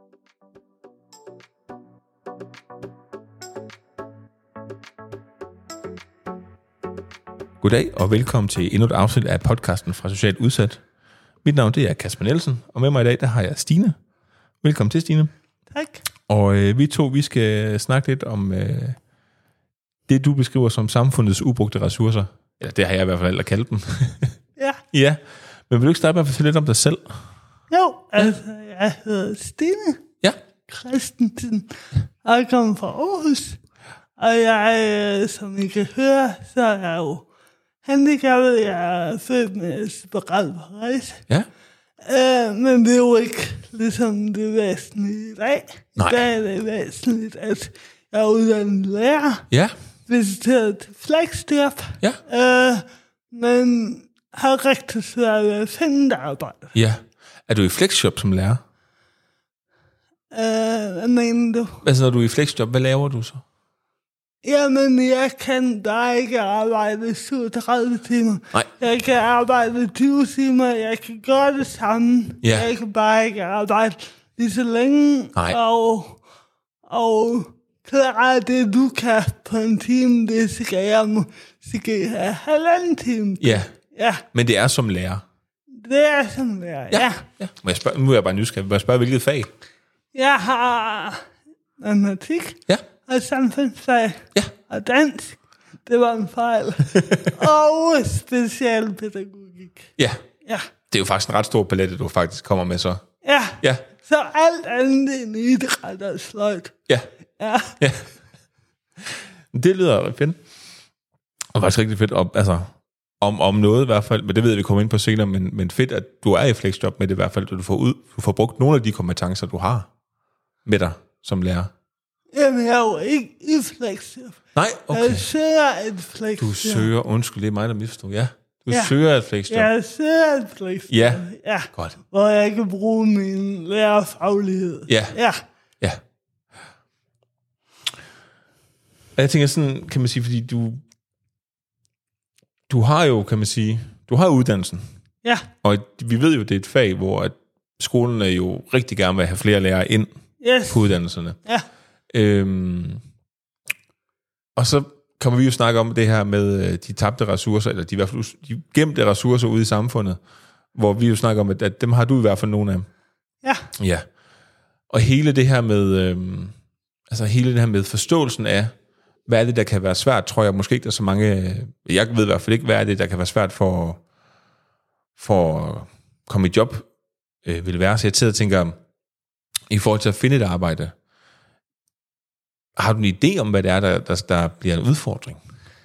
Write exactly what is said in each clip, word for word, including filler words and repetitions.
Goddag og velkommen til endnu et afsnit af podcasten fra Socialt Udsat. Mit navn det er Kasper Nielsen, og med mig i dag der har jeg Stine. Velkommen til, Stine. Tak. Og øh, vi to vi skal snakke lidt om øh, det, du beskriver som samfundets ubrugte ressourcer. Ja, det har jeg i hvert fald valgt at kalde dem. Ja. Ja, men vil du ikke starte med at fortælle lidt om dig selv? Jo, altså jeg hedder Stine Ja. Christensen, og jeg kommer fra Aarhus. Og jeg, som I kan høre, så er jeg jo handicappet. Jeg er født med cerebral parese. Ja. Uh, men det er jo ikke ligesom det væsentlige i dag. Nej. I dag er det væsentligt, at jeg er uddannet lærer. Ja. Visiteret til flexjob. Ja. Uh, men har rigtig svært ved at finde et arbejde. Ja. Er du i flexjob som lærer? Uh, hvad mener du? Altså når du er i flexjob, hvad laver du så? Jamen, jeg kan bare ikke arbejde syvogtredive timer. Nej. Jeg kan arbejde tyve timer. Jeg kan gøre det samme. Ja. Jeg kan bare ikke arbejde lige så længe. Nej. Og, og klare det, du kan på en time, det skal jeg måske have halvanden time. Ja. Ja, Men det er som lærer? det er sådan der. Ja. ja. Ja. Må jeg spørge, nu er jeg bare nysgerrig. Må jeg spørge, hvilket fag? Jeg har matematik. Ja. Og samfundsfag. Ja. Og dansk. Det var en fejl. Og specialpædagogik. Ja. Ja. Det er jo faktisk en ret stor palette, du faktisk kommer med så. Ja. Ja. Så alt andet end idræt og sløjt. Ja. Ja. Ja. Det lyder fedt. Og faktisk rigtig fedt. Og, altså, om, om noget i hvert fald, men det ved jeg, vi kommer ind på senere, men, men fedt, at du er i flexjob med det i hvert fald, at du får, ud, du får brugt nogle af de kompetencer, du har med dig som lærer. Jamen, jeg er jo ikke i flexjob. Nej, okay. Jeg søger et flexjob. Du søger, undskyld, det er mig, der misforstod. Ja, du Ja. søger et flexjob. Jeg søger et flexjob. Ja. Ja. Godt. Hvor jeg kan bruge min lærerfaglighed. Ja. Ja. Ja. Og jeg tænker sådan, kan man sige, fordi du, du har jo, kan man sige, du har uddannelsen. Ja. Og vi ved jo, det er et fag, hvor at skolen er jo rigtig gerne vil have flere lærere ind Yes. på uddannelserne. Ja. Øhm, og så kommer vi jo snakke om det her med øh, de tabte ressourcer, eller de, i hvert fald, de gemte ressourcer ude i samfundet, hvor vi jo snakker om, at, at dem har du i hvert fald nogle af. Ja. Ja. Og hele det her med, øhm, altså hele det her med forståelsen af, hvad er det, der kan være svært, tror jeg måske ikke, der er så mange, jeg ved i hvert fald ikke, hvad er det, der kan være svært for, for at komme i job, øh, vil være. Så jeg sidder og tænker, i forhold til at finde et arbejde, har du en idé om, hvad det er, der, der, der bliver en udfordring?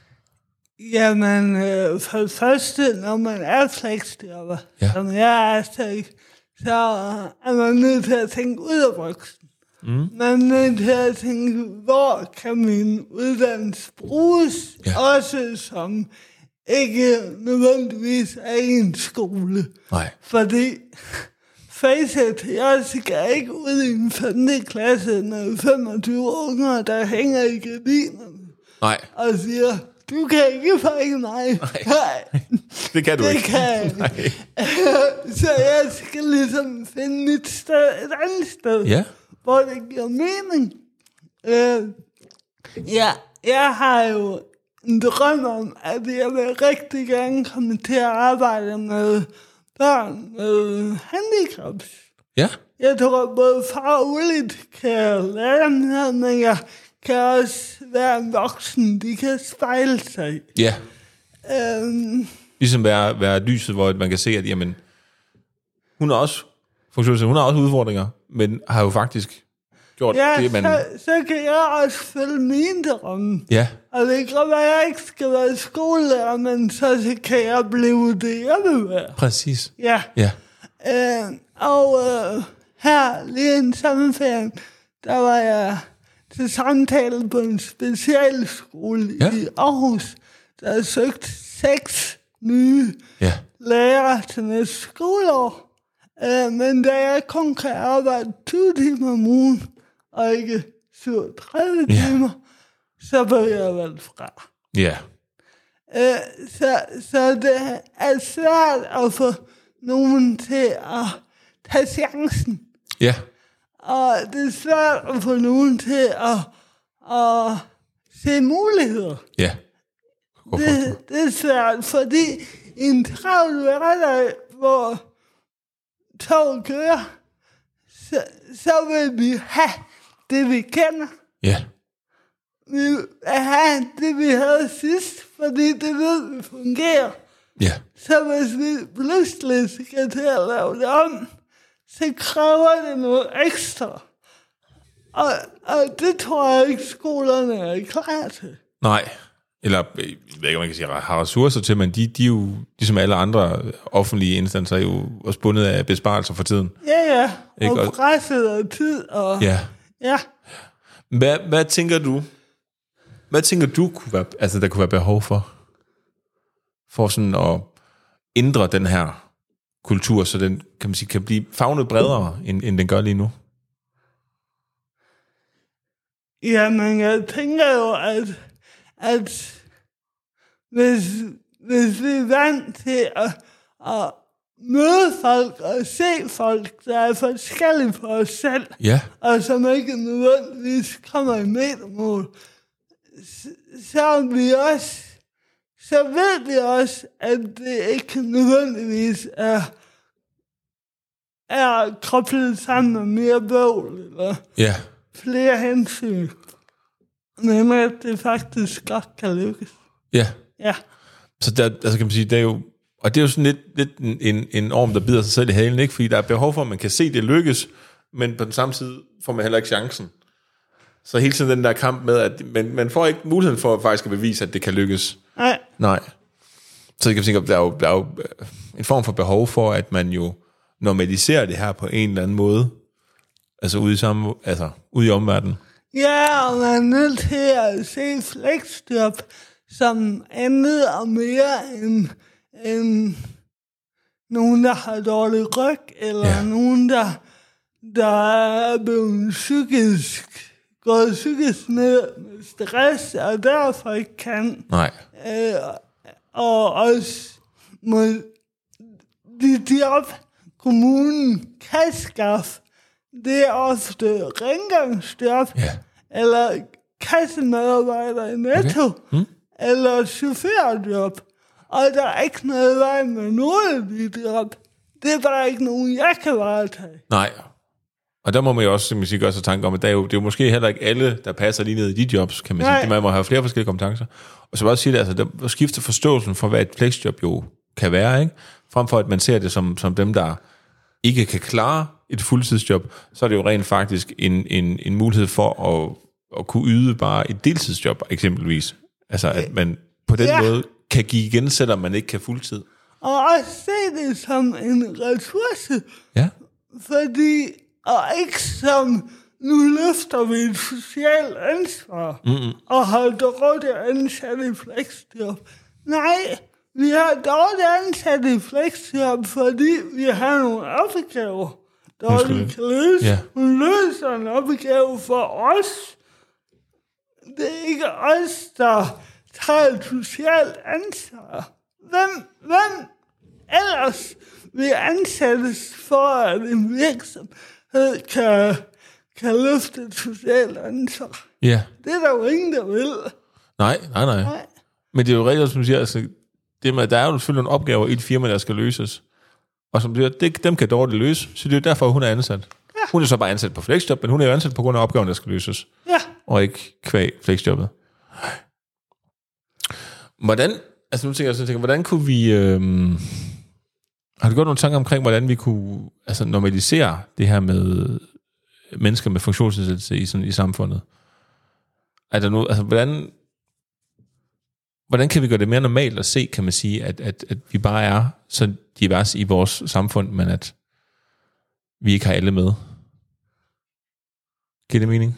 Jamen, øh, for det første, når man er flexjobber, Ja. som jeg er, så, så er man nødt til at tænke ud af boksen. Mm. Man er nødt til at tænke, hvor kan min uddannelse bruges, Ja. også som ikke nødvendigvis er i en skole. Nej. Fordi, face it, jeg skal ikke ud i en femte klasse, når femogtyve unger, der hænger i gardinerne Nej, og siger, du kan ikke fange mig. Nej, det kan du det ikke. kan jeg ikke. Nej. Så jeg skal ligesom finde et sted, et andet sted, Ja, hvor det giver mening. Øh, ja, jeg har jo en drøm om, at jeg vil rigtig gerne komme til at arbejde med børn med handicaps. ja, Jeg tror både fagligt kan jeg lære noget, men jeg kan også være en voksen, de kan spejle sig i. ja. Øhm, Ligesom være, være lyset, hvor man kan se, at jamen, hun har også, hun har også udfordringer, men har jo faktisk gjort ja, det, man... så, så kan jeg også følge min drømme. Ja, Og det kan være, at jeg ikke skal være skolelærer, men så, så kan jeg blive det, jeg vil være. præcis. Ja. Ja, Øh, og øh, her lige en sommerferien, der var jeg til samtale på en specialskole Ja. i Aarhus, der har søgt seks nye ja, lærere til næste skoleår. Øh, men da jeg kun kan arbejde tyve timer om ugen, og ikke syvogtredive Ja. timer, så blev jeg valgt fra. ja, Øh, så, så det er svært at få nogen til at tage chancen. ja, og det er svært at få nogen til at, at se muligheder. Ja. Det, det er svært, fordi i en travl hverdag, hvor tog kører, så, så vil vi have det, vi kender. Ja. Vi vil have det, vi havde sidst, fordi det ved vi fungerer. Ja. Så hvis vi pludselig skal til at lave det om, så kræver det noget ekstra. Og, og det tror jeg ikke, skolerne er klar til. Nej. Eller, jeg ved ikke, om man kan sige, har ressourcer til, men de, de er jo, ligesom alle andre offentlige instanser, er jo også bundet af besparelser for tiden. Ja, ja. Ikke? Og presset af tid. Og, Ja. ja. Hvad, hvad tænker du, hvad tænker du, kunne være, altså, der kunne være behov for? For sådan at ændre den her kultur, så den, kan man sige, kan blive favnet bredere, end, end den gør lige nu? Jamen, jeg tænker jo, at, at hvis, hvis vi er vant til at, at møde folk og se folk, der er forskellige for os selv, Ja. og som ikke nødvendigvis kommer i metermål, så, så er vi også, så ved vi også, at det ikke nødvendigvis er, er koblet sammen med mere bøvl, eller Ja. flere hensyn. Men at det faktisk godt kan lykkes. Ja. Ja. Så der, altså kan man sige, det er jo, og det er jo sådan lidt, lidt en, en, en orm, der bider sig selv i halen, ikke? Fordi der er behov for, at man kan se, det lykkes, men på den samme side får man heller ikke chancen. Så hele tiden den der kamp med, at man, man får ikke muligheden for at faktisk at bevise, at det kan lykkes. Nej. Nej. Så jeg kan sige, der er, jo, der er jo en form for behov for, at man jo normaliserer det her på en eller anden måde. Altså ude i, samme, altså, ude i omverdenen. Ja, og man er nødt til at se flexjob som andet og mere end, end nogen, der har dårlig ryg, eller ja. nogen, der, der er blevet psykisk, gået psykisk ned med stress, og derfor ikke kan. Nej. Øh, og også må de job, kommunen kan skaffe, det er ofte rengøringsjob, Ja. eller kassemedarbejder i Netto, Okay. Hmm. eller chaufførjob. Og der er ikke noget vej med nogen af de job. Det er bare ikke nogen, jeg kan varetage. Nej. Og der må man jo også, som man siger, gøre sig tanke om, at der er jo, det er jo måske heller ikke alle, der passer lige ned i de jobs, kan man Nej. sige. Man må have flere forskellige kompetencer. Og så også sige det, altså, der skifter forståelsen for, hvad et flexjob jo kan være, ikke? Frem for, at man ser det som, som dem, der ikke kan klare et fuldtidsjob, så er det jo rent faktisk en, en, en mulighed for at, at kunne yde bare et deltidsjob, eksempelvis. Altså, at man på den Ja. måde kan give igen, selvom man ikke kan fuldtid. Og også se det som en ressource, Ja. fordi, og ikke som, nu løfter vi et socialt ansvar, Mm-mm. og har dårligt ansat i flexjob. Nej, vi har dårligt ansat i flexjob, fordi vi har nogle opgaver, dårligt kan løse. Ja. Hun løser en opgave for os. Det er ikke os, der tager et socialt ansvar. Hvem, hvem ellers vil ansættes for, at en virksomhed kan, kan løfte et socialt ansvar? Ja. Det er der jo ingen, der vil. Nej, nej, nej. Nej. Men det er jo rigtigt, som du siger, altså, det med, der er jo selvfølgelig nogle opgaver i et firma, der skal løses. Og som du siger, det, dem kan dårligt løse, så det er jo derfor, hun er ansat. Ja. Hun er så bare ansat på flexjob, men hun er jo ansat på grund af opgaven, der skal løses. Ja. Og ikke kvæg flexjobbet. Hvordan, altså nu tænker jeg, så tænker, hvordan kunne vi, øhm, har du gjort nogle tanker omkring, hvordan vi kunne altså, normalisere det her med mennesker med funktionsnedsættelse i, sådan, i samfundet? Er der nu, altså hvordan, hvordan kan vi gøre det mere normalt at se, kan man sige, at, at, at vi bare er så divers i vores samfund, men at vi ikke har alle med? Giver det mening?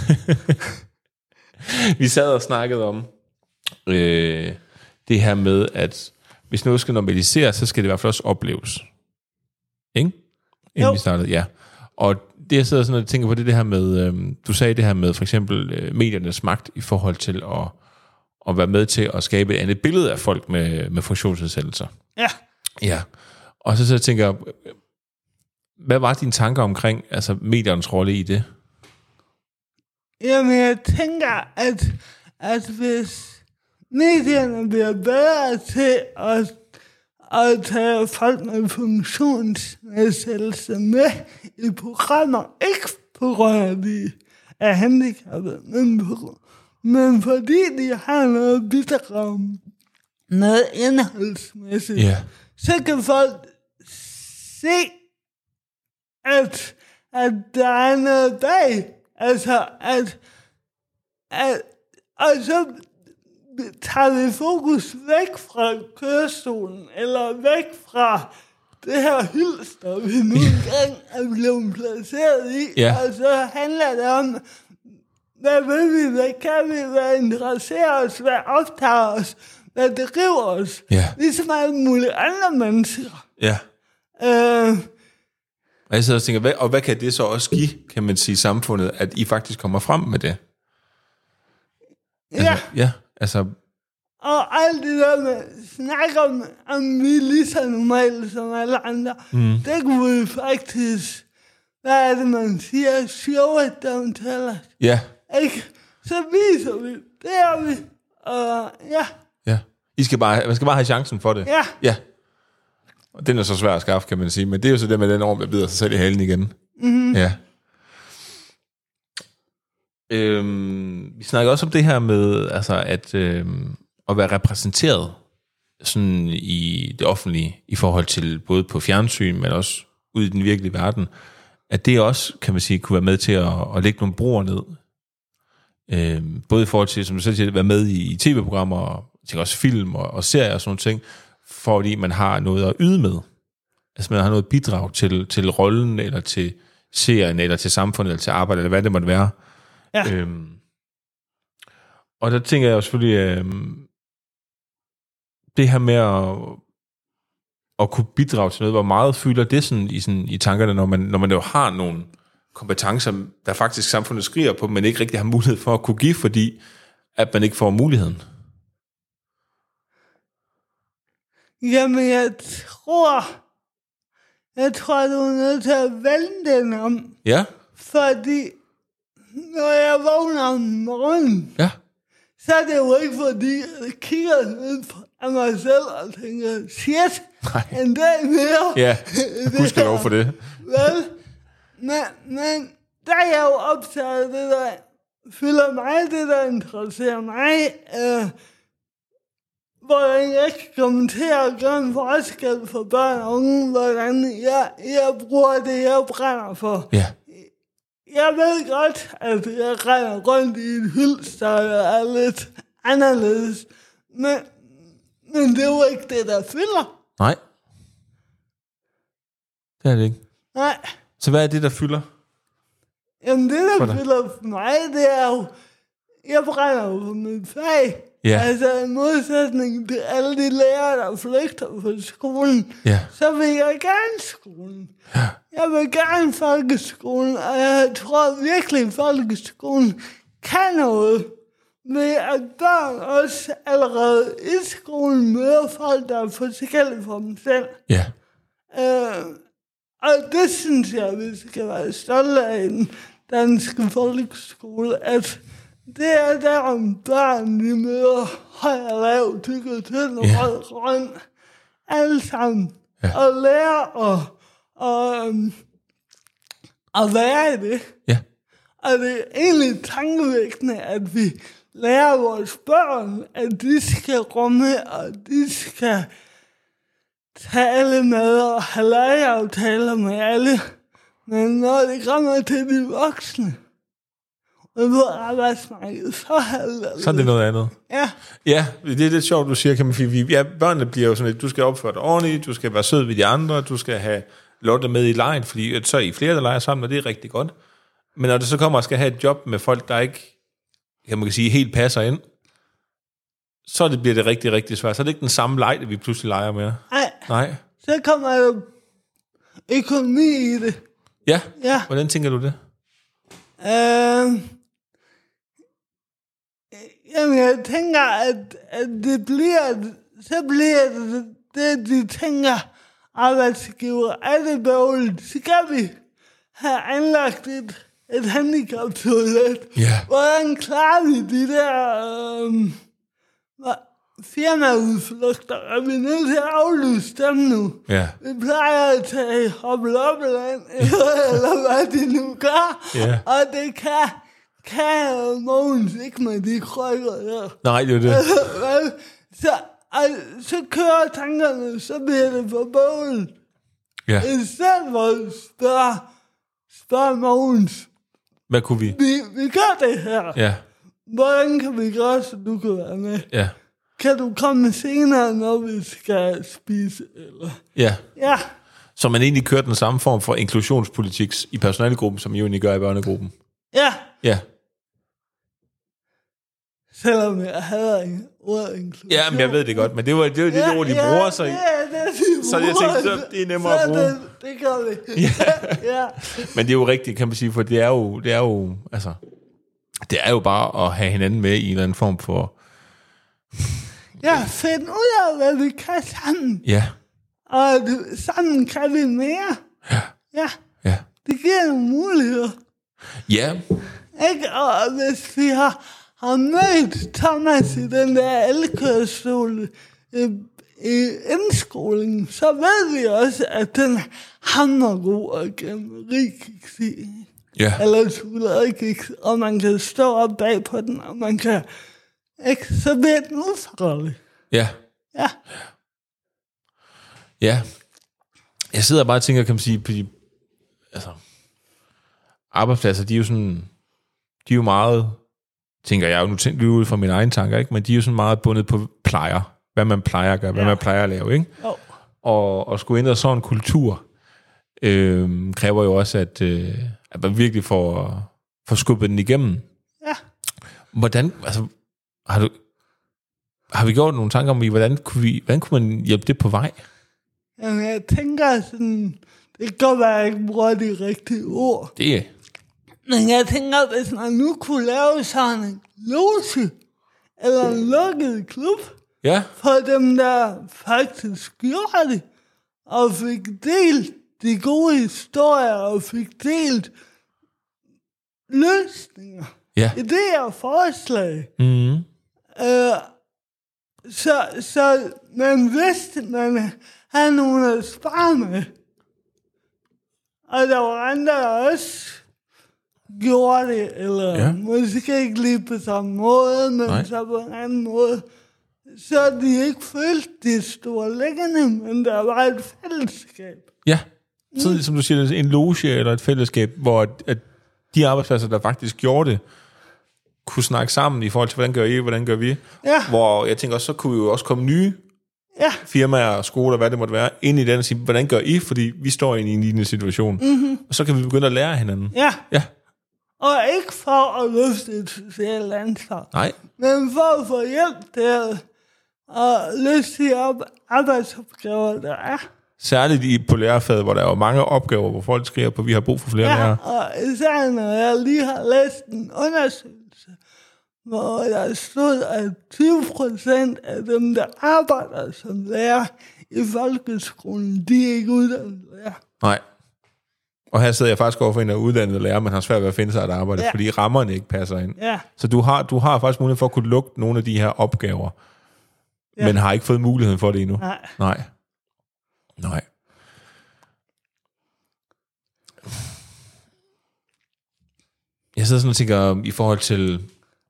Vi sad og snakkede om øh, det her med, at hvis noget skal normaliseres, så skal det i hvert fald også opleves. Ikke? Inden Jo. vi startede, ja. Og det jeg sidder sådan og tænker på, det, det her med, øh, du sagde det her med for eksempel øh, mediernes magt i forhold til at, at være med til at skabe et andet billede af folk med, med funktionsnedsættelser. Ja. Ja. Og så, så tænker jeg, hvad var dine tanker omkring altså mediernes rolle i det? Jamen, jeg tænker, at, at hvis medierne bliver bedre til at, at tage folk med funktionsnedsættelse med i programmer, ikke på grund af, at de er handicappede, men, på, men fordi de har noget bidrag, noget indholdsmæssigt, Yeah. så kan folk se, at, at der er noget bag. Altså, at, at og så tager vi fokus væk fra kørestolen, eller væk fra det her hylster, vi nu engang er blevet placeret i. Ja. Og så handler det om, hvad vil vi, hvad kan vi, hvad interesserer os, hvad optager os, hvad driver os. Ja. Ligesom alle mulige andre mennesker. Ja. Øh, Og jeg sidder og tænker, hvad, og hvad kan det så også give, kan man sige, samfundet, at I faktisk kommer frem med det? Altså, ja. Ja, altså, Og alt det der med snak om, om vi er lige så normale som alle andre, mm. det kunne vi faktisk, hvad er det, man siger, show it, don't tell us. ja, Ikke? Så viser vi, det er vi. Og ja, ja. I skal bare, man skal bare have chancen for det. ja, Ja. Og den er så svær at skaffe, kan man sige, men det er jo så det med den orm, der bider sig selv i halen igen. Mm-hmm. Ja. Øhm, vi snakker også om det her med, altså at, øhm, at være repræsenteret sådan i det offentlige, i forhold til både på fjernsyn, men også ude i den virkelige verden, at det også, kan man sige, kunne være med til at, at lægge nogle broer ned. Øhm, både i forhold til, som du selv siger, at være med i, i tv-programmer, og tænker også film og, og serier og sådan nogle ting, fordi man har noget at yde med. Altså man har noget bidrag til, til rollen, eller til serien, eller til samfundet, eller til arbejde, eller hvad det måtte være. ja. Øhm, og der tænker jeg jo selvfølgelig, øhm, det her med at, at kunne bidrage til noget, hvor meget fylder det sådan i, sådan, i tankerne, når man, når man jo har nogle kompetencer, der faktisk samfundet skriger på, men ikke rigtig har mulighed for at kunne give, fordi at man ikke får muligheden. Jamen, jeg tror, jeg tror, du er nødt til at vende den om, Ja, fordi når jeg vågner om morgenen, ja, så er det jo ikke, fordi jeg kigger ned af mig selv og tænker, shit, Nej. en dag mere. ja, husk at lov for det. Vel, men, men der er jeg jo optaget af det, der fylder mig, det der interesserer mig, øh, hvordan jeg kan komme til at gøre en forskel for børn og unge, hvordan jeg, jeg bruger det, jeg brænder for. Ja, Jeg ved godt, at jeg render rundt i et hylster og er lidt anderledes, men, men det er jo ikke det, der fylder. nej. Det er det ikke. Nej, Så hvad er det, der fylder? jamen det, For der dig? fylder for mig, det er jo, jeg brænder jo for mit fag. Ja. Altså i modsætning til alle de lærere, der flygter fra skolen, Ja, så vil jeg gerne skolen. Jeg vil gerne folkeskolen, og jeg tror virkelig, at folkeskolen kan noget med, at børn også allerede i skolen møder folk, der er forskellige for dem selv. ja, Øh, og det synes jeg, vi skal være stolte af i den danske folkeskole, at det er der, om børn, de møder høj og lav, tykker til, og Ja. rød, grøn, alle sammen, Ja. og lære og, og, øhm, at være i det. ja, Og det er egentlig tankevækkende, at vi lærer vores børn, at de skal rumme, og de skal tale med og have legeaftaler med alle. Men når det kommer til de voksne, og på arbejdsmarkedet, så halter det. så er det noget andet. Ja, Ja, det er lidt sjovt, du siger, kan man sige. Ja, børnene bliver jo sådan lidt, du skal opføre dig ordentligt, du skal være sød ved de andre, du skal have Lotte med i lejen, fordi så er I flere, der leger sammen, og det er rigtig godt. Men når det så kommer og skal have et job med folk, der ikke, kan man sige, helt passer ind, så det bliver det rigtig, rigtig svært. Så er det ikke den samme leg, vi pludselig leger med. nej, Nej. så kommer der økonomi i det. Ja, Ja. hvordan tænker du det? Øh, jamen, jeg tænker, at, at det bliver, så bliver det, det, de tænker arbejdsgiver, er det bøvlet, så kan vi have anlagt et, et handicaptoilet. Ja. Hvordan klarer vi de der øh, firmaudflugter? Er vi nødt til at aflyse dem nu? Ja. Vi plejer at tage Hobbeloppeland, eller hvad de nu gør. Ja. Og det kan, kan Mogens ikke med de krykker der. Nej, det er det. så, altså, så kører tankerne, så bliver det for bøvlet. Ja. I stedet for at spørge, spørge Mogens, Hvad kunne vi? vi, vi gør det her. Ja. Hvordan kan vi gøre, så du kan være med? Ja. Kan du komme senere, når vi skal spise? Eller? Ja. Ja. Så man egentlig kører den samme form for inklusionspolitik i personalegruppen, som I jo egentlig gør i børnegruppen. Ja. Ja. Selvom jeg hader en ord inklusion. Ja, men jeg ved det godt, men det var det, var det ja, ord, de ja, bruger, så, ja, det er de så jeg tænkte, så det er nemmere så at bruge. Det, det gør vi. Ja. ja. Men det er jo rigtigt, kan man sige, for det er jo, det er jo, altså, det er jo bare at have hinanden med i en eller anden form for... Ja, find ud af, hvad vi kan sammen. Ja. Og sammen kan vi mere. Ja. Ja. Ja. Det giver nogle muligheder. Ja. Ikke? Og hvis vi har, har mødt Thomas i den der elkørestol i, i indskolingen, så ved vi også, at den hammergod og gennemrig i. Ja. Eller tulerkiks, og man kan stå op bag på den, og man kan... Ikke? Så bliver den ufarlig. Ja. Ja. Ja. Jeg sidder bare og tænker, kan man sige, på de, altså, arbejdspladser, de er jo sådan, de er jo meget, tænker jeg jo, nu tænker jeg ud fra mine egne tanker, ikke? Men de er jo sådan meget bundet på plejer, hvad man plejer at gøre, hvad ja. man plejer at lave, ikke? Jo. Og, og skulle ændre sådan en kultur, øh, kræver jo også, at, øh, at man virkelig får, får skubbet den igennem. Ja. Hvordan, altså, har du, har vi gjort nogle tanker om, hvordan kunne, vi, hvordan kunne man hjælpe det på vej? Jamen, jeg tænker sådan, det kan godt være, at jeg ikke bruger de rigtige ord. Det er... Men jeg tænker, hvis man nu kunne lave sådan en loge, eller en lukket klub, Ja. for dem, der faktisk gjorde det, og fik delt de gode historier, og fik delt løsninger, Ja. idéer og forslag. Mm-hmm. Øh, så, så man vidste, man havde nogen at spare med. Og der var andre, der også gjorde det, eller Ja. måske ikke lige på samme måde, men Nej. så på en anden måde. Så de ikke følte, de stod liggende, men der var et fællesskab. Ja. Så mm. som du siger, en loge eller et fællesskab, hvor at, at de arbejdspladser, der faktisk gjorde det, kunne snakke sammen i forhold til, hvordan gør I, hvordan gør vi? Ja. Hvor jeg tænker også, så kunne jo også komme nye Ja. firmaer, skoler, hvad det måtte være, ind i den og sige, hvordan gør I? Fordi vi står i en lignende situation. Mm-hmm. Og så kan vi begynde at lære af hinanden. Ja. Ja. Og ikke for at løfte et socialt ansvar, Nej. men for at få hjælp til at, at løse de op, arbejdsopgaver, der er. Særligt i på lærerfaget, hvor der er jo mange opgaver, hvor folk skriver på, at vi har brug for flere Ja, lærere. og især når jeg lige har læst en undersøgelse, hvor der stod, at tyve procent af dem, der arbejder som lærer i folkeskolen, de er ikke uddannet lærer. Nej. Og her sidder jeg faktisk over for en, der er uddannet lærer, men har svært ved at finde sig et arbejde, ja. fordi rammerne ikke passer ind. Ja. Så du har, du har faktisk mulighed for at kunne lukke nogle af de her opgaver, ja. men har ikke fået muligheden for det endnu. Nej. Nej. Nej. Jeg sidder sådan og tænker, i forhold til...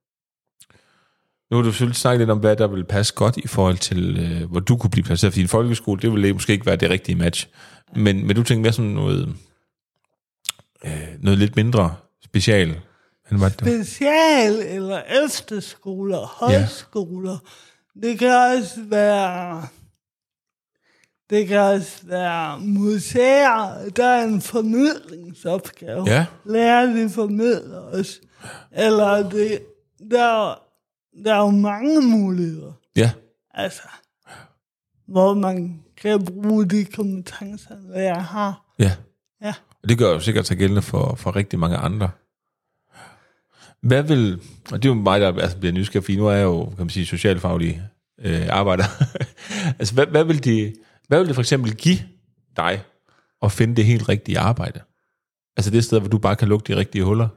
Nu har du selvfølgelig snakket lidt om, hvad der vil passe godt i forhold til, øh, hvor du kunne blive placeret. Fordi en folkeskole, det ville måske ikke være det rigtige match. Men, men du tænker mere sådan noget, øh, noget lidt mindre special. End hvad det var. Special eller efterskoler, højskoler. Ja. Det kan også være... Det kan også være museer, der er en formidlingsopgave. Ja. Lærer de formidler også. Eller det, der, der er jo mange muligheder. Ja. Altså, hvor man kan bruge de kompetencer, lærer har. Ja. Ja. Og det gør jo sikkert sig gældende for, for rigtig mange andre. Hvad vil, og det er jo mig, der altså bliver nysgerrig, fordi nu er jeg jo, kan man sige, socialfaglig øh, arbejder. altså, hvad, hvad vil de... Hvad vil det for eksempel give dig at finde det helt rigtige arbejde? Altså det sted, hvor du bare kan lukke de rigtige huller?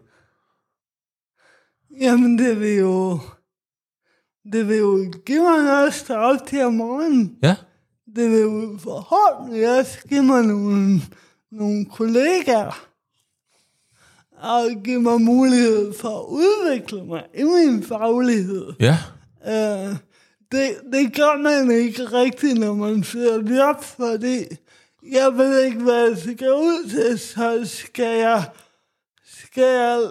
Jamen, det vil jo... Det vil jo give mig noget stå op til om morgenen. Ja. Det vil jo forhåbentlig også give mig nogle, nogle kollegaer. Og give mig mulighed for at udvikle mig i min faglighed. Ja. Uh, det, det gør man ikke rigtigt, når man søger job, fordi jeg ved ikke, hvad jeg skal ud til, så skal jeg, skal jeg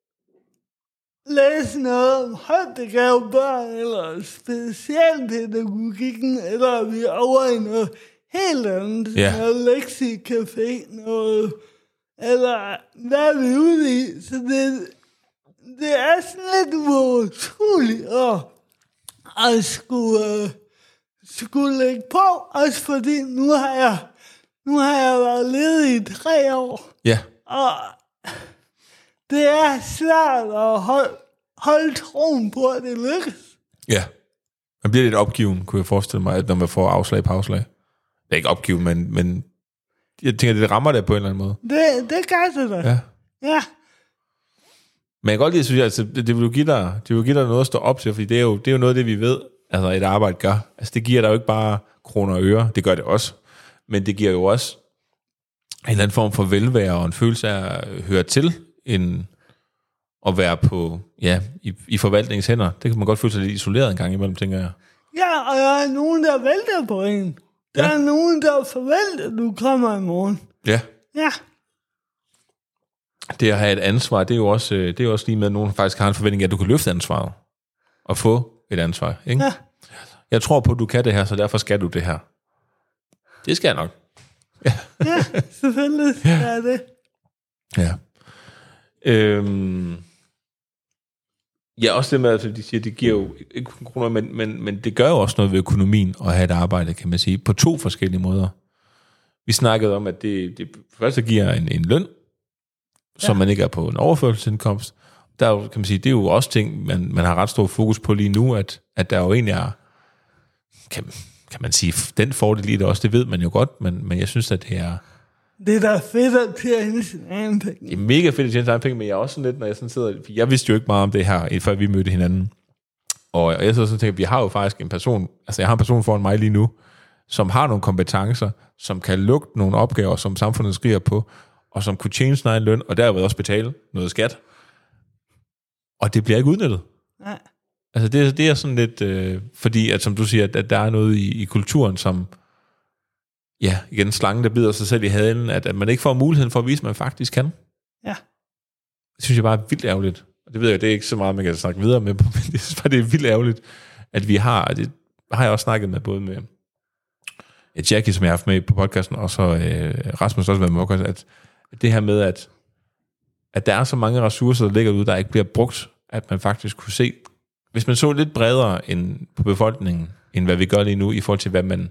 læse noget om højtbegavede børn, eller specialpædagogikken, eller vi er over i noget helt andet, ja. noget lektiecafé, noget, eller hvad er vi ude i? Så det, det er sådan lidt uoverskueligt at, at skulle, uh, skulle lægge på, også fordi nu har jeg, nu har jeg været ledig i tre år, ja. og det er svært at holde, holde troen på, at det lykkes. Ja. Man bliver lidt opgiven, kunne jeg forestille mig, at når man får afslag på afslag. Det er ikke opgiven, men, men jeg tænker, det rammer det på en eller anden måde. Det, det gør det da. Ja. Ja. Men jeg kan godt lide, synes jeg, altså, det, det, vil give dig, det vil give dig noget at stå op til, fordi det er jo, det er jo noget af det, vi ved, altså et arbejde gør. Altså det giver dig jo ikke bare kroner og øre, det gør det også, men det giver jo også en eller anden form for velvære og en følelse af at høre til, en at være på, ja, i, i forvaltningens hænder. Det kan man godt føle sig lidt isoleret en gang imellem, tænker jeg. Ja, og der er nogen, der vælter på en. Der ja. er nogen, der forventer, at du kommer i morgen. Ja. Ja. Det at have et ansvar, det er jo også, det er jo også lige med, at nogen faktisk har en forventning af, at du kan løfte ansvaret. Og få et ansvar, ikke? Ja. Jeg tror på, at du kan det her, så derfor skal du det her. Det skal jeg nok. Ja, ja selvfølgelig skal ja. jeg det. Ja. Øhm, ja, også det med, at de siger, det giver jo ikke kroner, men, men, men det gør jo også noget ved økonomien at have et arbejde, kan man sige, på to forskellige måder. Vi snakkede om, at det, det først giver en, en løn, som ja. man ikke er på en overførselsindkomst. Der er jo, kan man sige, det er jo også ting, man, man har ret stor fokus på lige nu, at, at der jo egentlig er, kan, kan man sige, den fordel i det også, det ved man jo godt, men, men jeg synes, at det er... Det er da fedt at tjene sine egen penge. Det er mega fedt at tjene sine egen penge, men jeg er også sådan lidt, når jeg sådan sidder... Jeg vidste jo ikke meget om det her, før vi mødte hinanden. Og jeg så sådan tænker, vi har jo faktisk en person, altså jeg har en person foran mig lige nu, som har nogle kompetencer, som kan lukke nogle opgaver, som samfundet skriger på, og som kunne tjene sin egen løn, og derved også betale noget skat. Og det bliver ikke udnyttet. Nej. Altså det, det er sådan lidt, øh, fordi at som du siger, at, at der er noget i, i kulturen, som, ja, igen, slangen, der bider sig selv i halen, at, at man ikke får muligheden for at vise, at man faktisk kan. Ja. Det synes jeg bare er vildt ærgerligt. Og det ved jeg, det er ikke så meget, man kan snakke videre med på, men det synes bare, det er vildt ærgerligt, at vi har, og det har jeg også snakket med, både med Jackie, som jeg har haft med på podcasten, og så øh, Rasmus også været med på, at det her med, at, at der er så mange ressourcer, der ligger ude, der ikke bliver brugt, at man faktisk kunne se, hvis man så lidt bredere end på befolkningen, end hvad vi gør lige nu, i forhold til, hvad man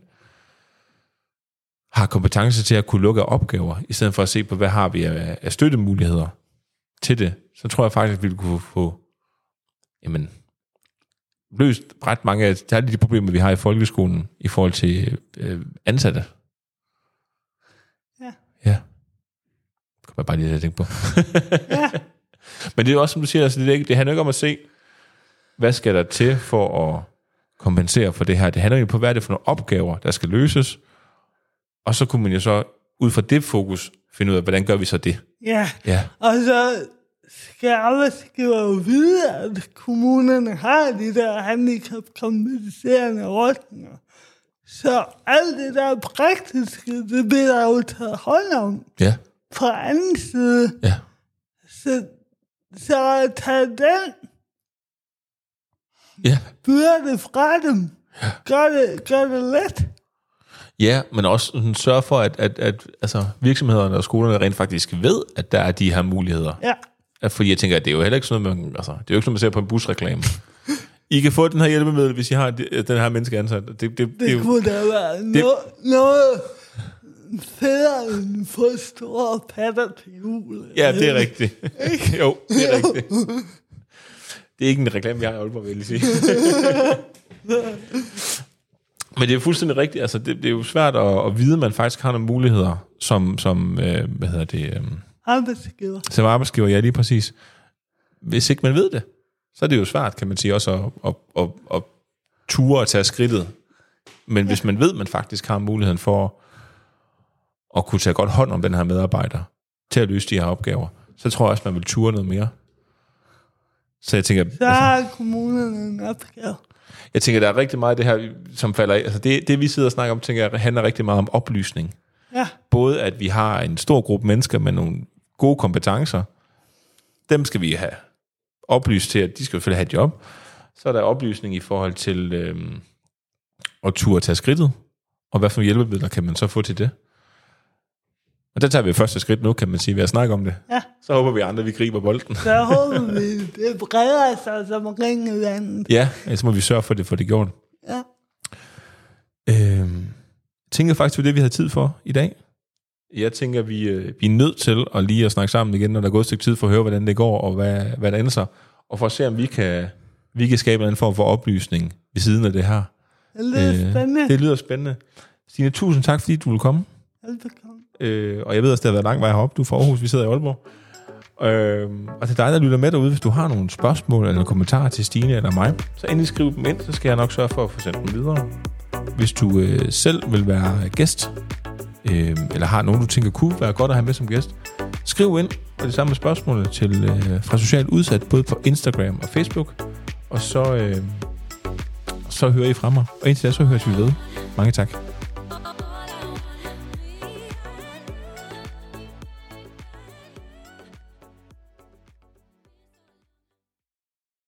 har kompetence til at kunne lukke opgaver, i stedet for at se på, hvad har vi af, af støttemuligheder til det, så tror jeg faktisk, at vi ville kunne få jamen, løst ret mange af de problemer, vi har i folkeskolen, i forhold til øh, ansatte. Ja. Ja. Det kan man bare lige at tænke på. Ja. Men det er også, som du siger, altså, det, det handler ikke om at se, hvad skal der til for at kompensere for det her. Det handler jo på, hvad er det for nogle opgaver, der skal løses. Og så kunne man jo så, ud fra det fokus, finde ud af, hvordan gør vi så det? Ja, ja. Og så skal arbejdsgiver jo vide, at kommunerne har de der handicapkompenserende ordninger. Så alt det der praktiske, det bliver der jo taget hånd om. Ja. Fra anden side. Ja. Så, så tag den ja. byrde fra dem. Ja. Gør det, gør det let. Ja, men også sådan, sørge for, at, at, at altså, virksomhederne og skolerne rent faktisk ved, at der er de her muligheder. Ja. Fordi jeg tænker, at det er jo heller ikke sådan noget, man, altså, det er jo ikke sådan, man ser på en busreklame. I kan få den her hjælpemiddel, hvis I har den her menneske ansat. Det, det, det, det det kunne da være det, noget, noget federe end få store patter til jul. Ja, det er rigtigt. Jo, det er rigtigt. Det er ikke en reklame, vi har i Aalborg, vil jeg sige. Men det er fuldstændig rigtigt. Altså, det, det er jo svært at, at vide, at man faktisk har nogle muligheder som, som øh, hvad hedder det? Øh, arbejdsgiver. Som arbejdsgiver, ja, lige præcis. Hvis ikke man ved det, så er det jo svært, kan man sige, også at, at, at, at ture og tage skridtet. Men ja. Hvis man ved, at man faktisk har muligheden for at kunne tage godt hånd om den her medarbejder, til at løse de her opgaver, så tror jeg også, man vil ture noget mere. Så jeg tænker... Så har altså, kommunerne en opgave. Jeg tænker, der er rigtig meget af det her, som falder af. Altså det, det, vi sidder og snakker om, tænker jeg, handler rigtig meget om oplysning. Ja. Både at vi har en stor gruppe mennesker med nogle gode kompetencer. Dem skal vi have oplyst til, at de skal selvfølgelig have et job. Så er der oplysning i forhold til øhm, at turde tage skridtet. Og hvad for hjælpemidler kan man så få til det? Og der tager vi første skridt nu, kan man sige, ved at snakke om det. Ja. Så håber vi andre, vi griber bolden. Så håber vi, det breder sig som ringe i vandet. Ja, så må vi sørge for det, for det gjort. Ja. Øhm, jeg tænker faktisk, det var det, vi havde tid for i dag. Jeg tænker, vi, øh, vi er nødt til at lige at snakke sammen igen, når der er gået et stykke tid for at høre, hvordan det går, og hvad, hvad der ender sig. Og for at se, om vi kan, vi kan skabe en form for oplysning ved siden af det her. Det lyder øh, spændende. Det lyder spændende. Stine, tusind tak, fordi du ville komme. Velbekomme. Øh, og jeg ved også, det har været lang vej heroppe. Du er fra Aarhus, vi sidder i Aalborg. Øh, og til dig, der lytter med derude, hvis du har nogle spørgsmål eller kommentarer til Stine eller mig, så endelig skriv dem ind, så skal jeg nok sørge for at få sendt dem videre. Hvis du øh, selv vil være gæst, øh, eller har nogen, du tænker kunne være godt at have med som gæst, skriv ind på det samme spørgsmål til, øh, fra Socialt Udsat, både på Instagram og Facebook, og så, øh, så hører I fra mig. Og indtil da, så høres vi ved. Mange tak.